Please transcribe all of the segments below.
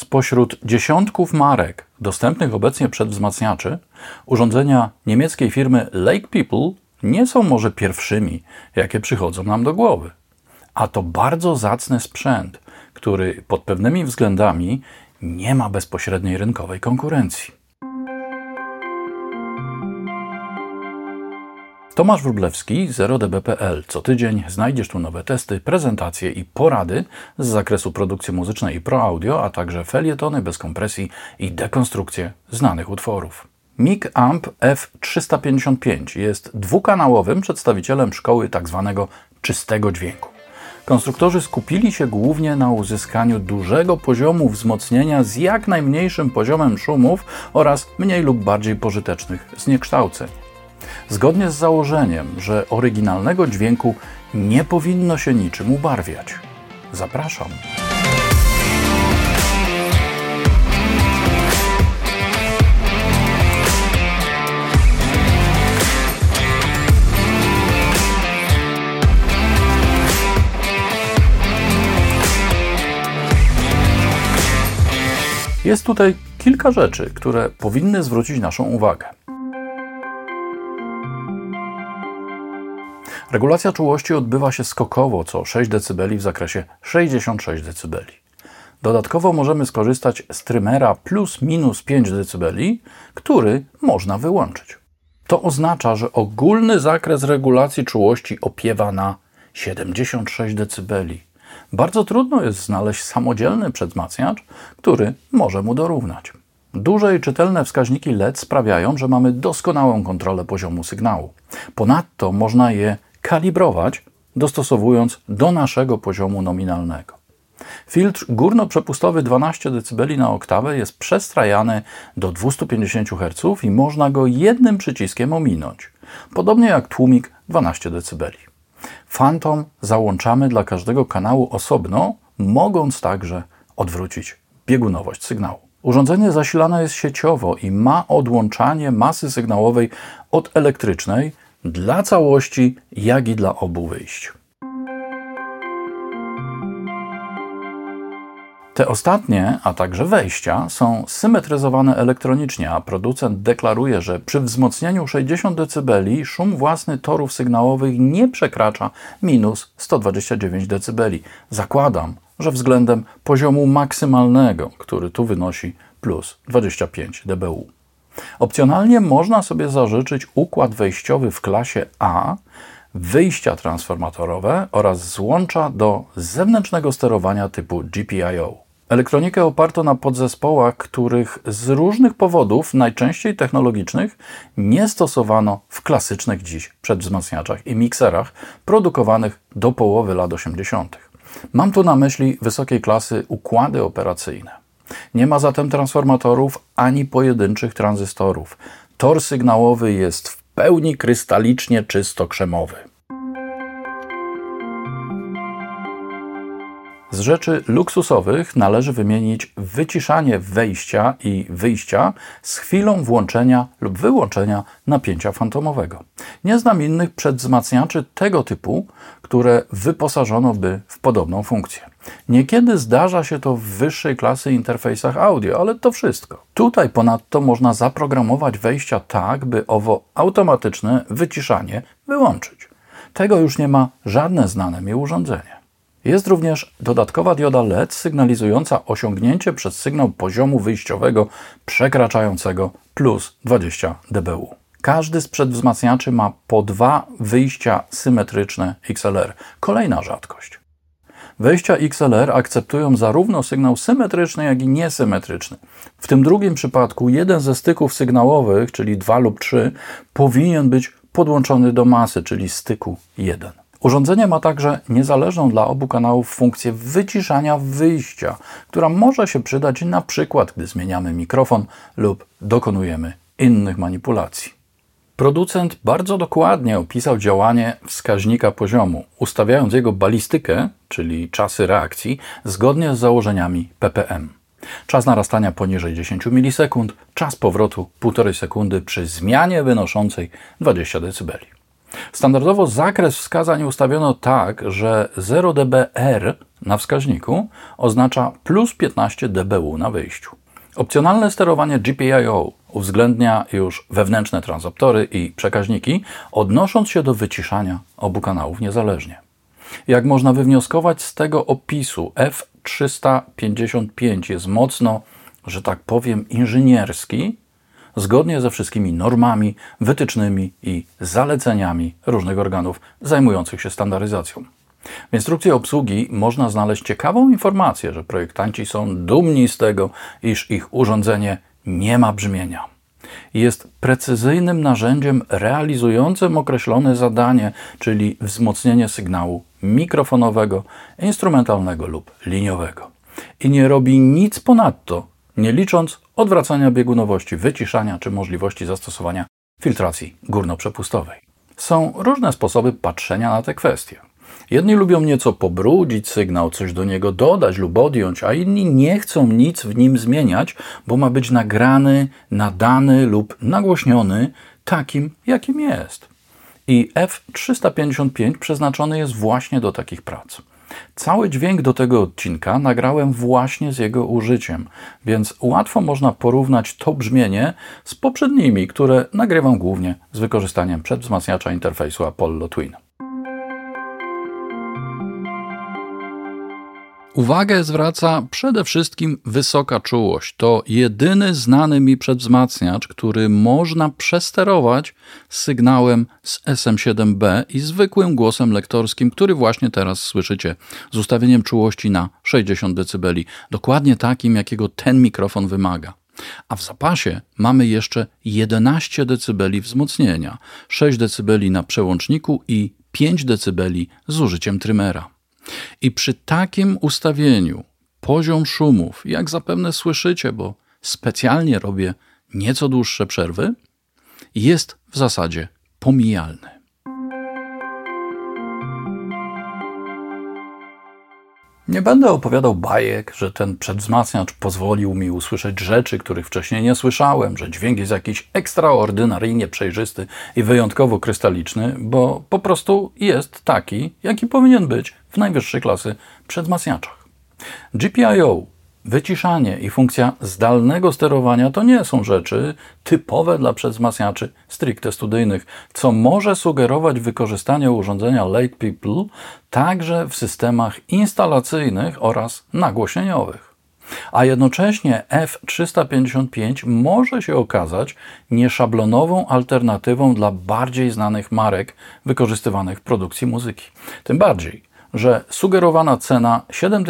Spośród dziesiątków marek dostępnych obecnie przedwzmacniaczy, urządzenia niemieckiej firmy Lake People nie są może pierwszymi, jakie przychodzą nam do głowy. A to bardzo zacny sprzęt, który pod pewnymi względami nie ma bezpośredniej rynkowej konkurencji. Tomasz Wróblewski, 0db.pl. Co tydzień znajdziesz tu nowe testy, prezentacje i porady z zakresu produkcji muzycznej i pro audio, a także felietony bez kompresji i dekonstrukcje znanych utworów. Mic Amp F355 jest dwukanałowym przedstawicielem szkoły tzw. czystego dźwięku. Konstruktorzy skupili się głównie na uzyskaniu dużego poziomu wzmocnienia z jak najmniejszym poziomem szumów oraz mniej lub bardziej pożytecznych zniekształceń. Zgodnie z założeniem, że oryginalnego dźwięku nie powinno się niczym ubarwiać. Zapraszam. Jest tutaj kilka rzeczy, które powinny zwrócić naszą uwagę. Regulacja czułości odbywa się skokowo co 6 dB w zakresie 66 dB. Dodatkowo możemy skorzystać z trymera plus minus 5 dB, który można wyłączyć. To oznacza, że ogólny zakres regulacji czułości opiewa na 76 dB. Bardzo trudno jest znaleźć samodzielny przedwzmacniacz, który może mu dorównać. Duże i czytelne wskaźniki LED sprawiają, że mamy doskonałą kontrolę poziomu sygnału. Ponadto można je kalibrować, dostosowując do naszego poziomu nominalnego. Filtr górnoprzepustowy 12 dB na oktawę jest przestrajany do 250 Hz i można go jednym przyciskiem ominąć, podobnie jak tłumik 12 dB. Phantom załączamy dla każdego kanału osobno, mogąc także odwrócić biegunowość sygnału. Urządzenie zasilane jest sieciowo i ma odłączanie masy sygnałowej od elektrycznej dla całości, jak i dla obu wyjść. Te ostatnie, a także wejścia są symetryzowane elektronicznie, a producent deklaruje, że przy wzmocnieniu 60 dB szum własny torów sygnałowych nie przekracza minus 129 dB. Zakładam, że względem poziomu maksymalnego, który tu wynosi plus 25 dBu. Opcjonalnie można sobie zażyczyć układ wejściowy w klasie A, wyjścia transformatorowe oraz złącza do zewnętrznego sterowania typu GPIO. Elektronikę oparto na podzespołach, których z różnych powodów, najczęściej technologicznych, nie stosowano w klasycznych dziś przedwzmacniaczach i mikserach produkowanych do połowy lat 80. Mam tu na myśli wysokiej klasy układy operacyjne. Nie ma zatem transformatorów ani pojedynczych tranzystorów. Tor sygnałowy jest w pełni krystalicznie czysto krzemowy. Z rzeczy luksusowych należy wymienić wyciszanie wejścia i wyjścia z chwilą włączenia lub wyłączenia napięcia fantomowego. Nie znam innych przedwzmacniaczy tego typu, które wyposażono by w podobną funkcję. Niekiedy zdarza się to w wyższej klasy interfejsach audio, ale to wszystko. Tutaj ponadto można zaprogramować wejścia tak, by owo automatyczne wyciszanie wyłączyć. Tego już nie ma żadne znane mi urządzenie. Jest również dodatkowa dioda LED sygnalizująca osiągnięcie przez sygnał poziomu wyjściowego przekraczającego plus 20 dBu. Każdy z przedwzmacniaczy ma po 2 wyjścia symetryczne XLR. Kolejna rzadkość. Wejścia XLR akceptują zarówno sygnał symetryczny, jak i niesymetryczny. W tym drugim przypadku jeden ze styków sygnałowych, czyli 2 lub 3, powinien być podłączony do masy, czyli styku 1. Urządzenie ma także niezależną dla obu kanałów funkcję wyciszania wyjścia, która może się przydać na przykład, gdy zmieniamy mikrofon lub dokonujemy innych manipulacji. Producent bardzo dokładnie opisał działanie wskaźnika poziomu, ustawiając jego balistykę, czyli czasy reakcji, zgodnie z założeniami ppm. Czas narastania poniżej 10 milisekund, czas powrotu 1,5 sekundy przy zmianie wynoszącej 20 dB. Standardowo zakres wskazań ustawiono tak, że 0 dBr na wskaźniku oznacza plus 15 dBu na wyjściu. Opcjonalne sterowanie GPIO uwzględnia już wewnętrzne tranzystory i przekaźniki, odnosząc się do wyciszania obu kanałów niezależnie. Jak można wywnioskować z tego opisu, F355 jest mocno, że tak powiem, inżynierski, zgodnie ze wszystkimi normami, wytycznymi i zaleceniami różnych organów zajmujących się standaryzacją. W instrukcji obsługi można znaleźć ciekawą informację, że projektanci są dumni z tego, iż ich urządzenie nie ma brzmienia. Jest precyzyjnym narzędziem realizującym określone zadanie, czyli wzmocnienie sygnału mikrofonowego, instrumentalnego lub liniowego. I nie robi nic ponadto, nie licząc odwracania biegunowości, wyciszania czy możliwości zastosowania filtracji górnoprzepustowej. Są różne sposoby patrzenia na te kwestie. Jedni lubią nieco pobrudzić sygnał, coś do niego dodać lub odjąć, a inni nie chcą nic w nim zmieniać, bo ma być nagrany, nadany lub nagłośniony takim, jakim jest. I F355 przeznaczony jest właśnie do takich prac. Cały dźwięk do tego odcinka nagrałem właśnie z jego użyciem, więc łatwo można porównać to brzmienie z poprzednimi, które nagrywam głównie z wykorzystaniem przedwzmacniacza interfejsu Apollo Twin. Uwagę zwraca przede wszystkim wysoka czułość. To jedyny znany mi przedwzmacniacz, który można przesterować sygnałem z SM7B i zwykłym głosem lektorskim, który właśnie teraz słyszycie, z ustawieniem czułości na 60 dB, dokładnie takim, jakiego ten mikrofon wymaga. A w zapasie mamy jeszcze 11 dB wzmocnienia, 6 dB na przełączniku i 5 dB z użyciem trymera. I przy takim ustawieniu poziom szumów, jak zapewne słyszycie, bo specjalnie robię nieco dłuższe przerwy, jest w zasadzie pomijalny. Nie będę opowiadał bajek, że ten przedwzmacniacz pozwolił mi usłyszeć rzeczy, których wcześniej nie słyszałem, że dźwięk jest jakiś ekstraordynaryjnie przejrzysty i wyjątkowo krystaliczny, bo po prostu jest taki, jaki powinien być w najwyższej klasy przedwzmacniaczach. GPIO, wyciszanie i funkcja zdalnego sterowania to nie są rzeczy typowe dla przedwzmacniaczy stricte studyjnych, co może sugerować wykorzystanie urządzenia Lake People także w systemach instalacyjnych oraz nagłośnieniowych. A jednocześnie F355 może się okazać nieszablonową alternatywą dla bardziej znanych marek wykorzystywanych w produkcji muzyki. Tym bardziej, że sugerowana cena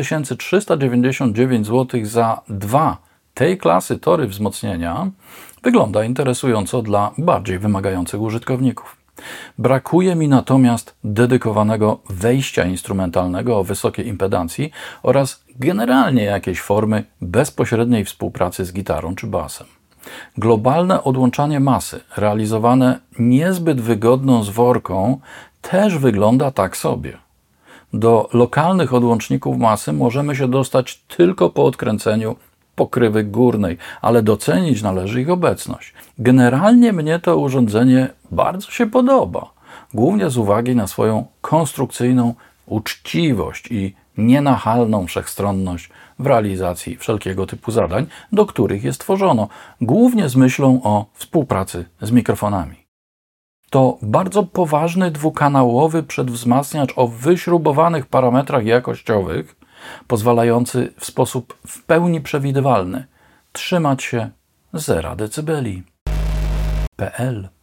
7399 zł za 2 tej klasy tory wzmocnienia wygląda interesująco dla bardziej wymagających użytkowników. Brakuje mi natomiast dedykowanego wejścia instrumentalnego o wysokiej impedancji oraz generalnie jakiejś formy bezpośredniej współpracy z gitarą czy basem. Globalne odłączanie masy, realizowane niezbyt wygodną zworką, też wygląda tak sobie. Do lokalnych odłączników masy możemy się dostać tylko po odkręceniu pokrywy górnej, ale docenić należy ich obecność. Generalnie mnie to urządzenie bardzo się podoba, głównie z uwagi na swoją konstrukcyjną uczciwość i nienachalną wszechstronność w realizacji wszelkiego typu zadań, do których jest tworzono, głównie z myślą o współpracy z mikrofonami. To bardzo poważny dwukanałowy przedwzmacniacz o wyśrubowanych parametrach jakościowych, pozwalający w sposób w pełni przewidywalny trzymać się 0 dB.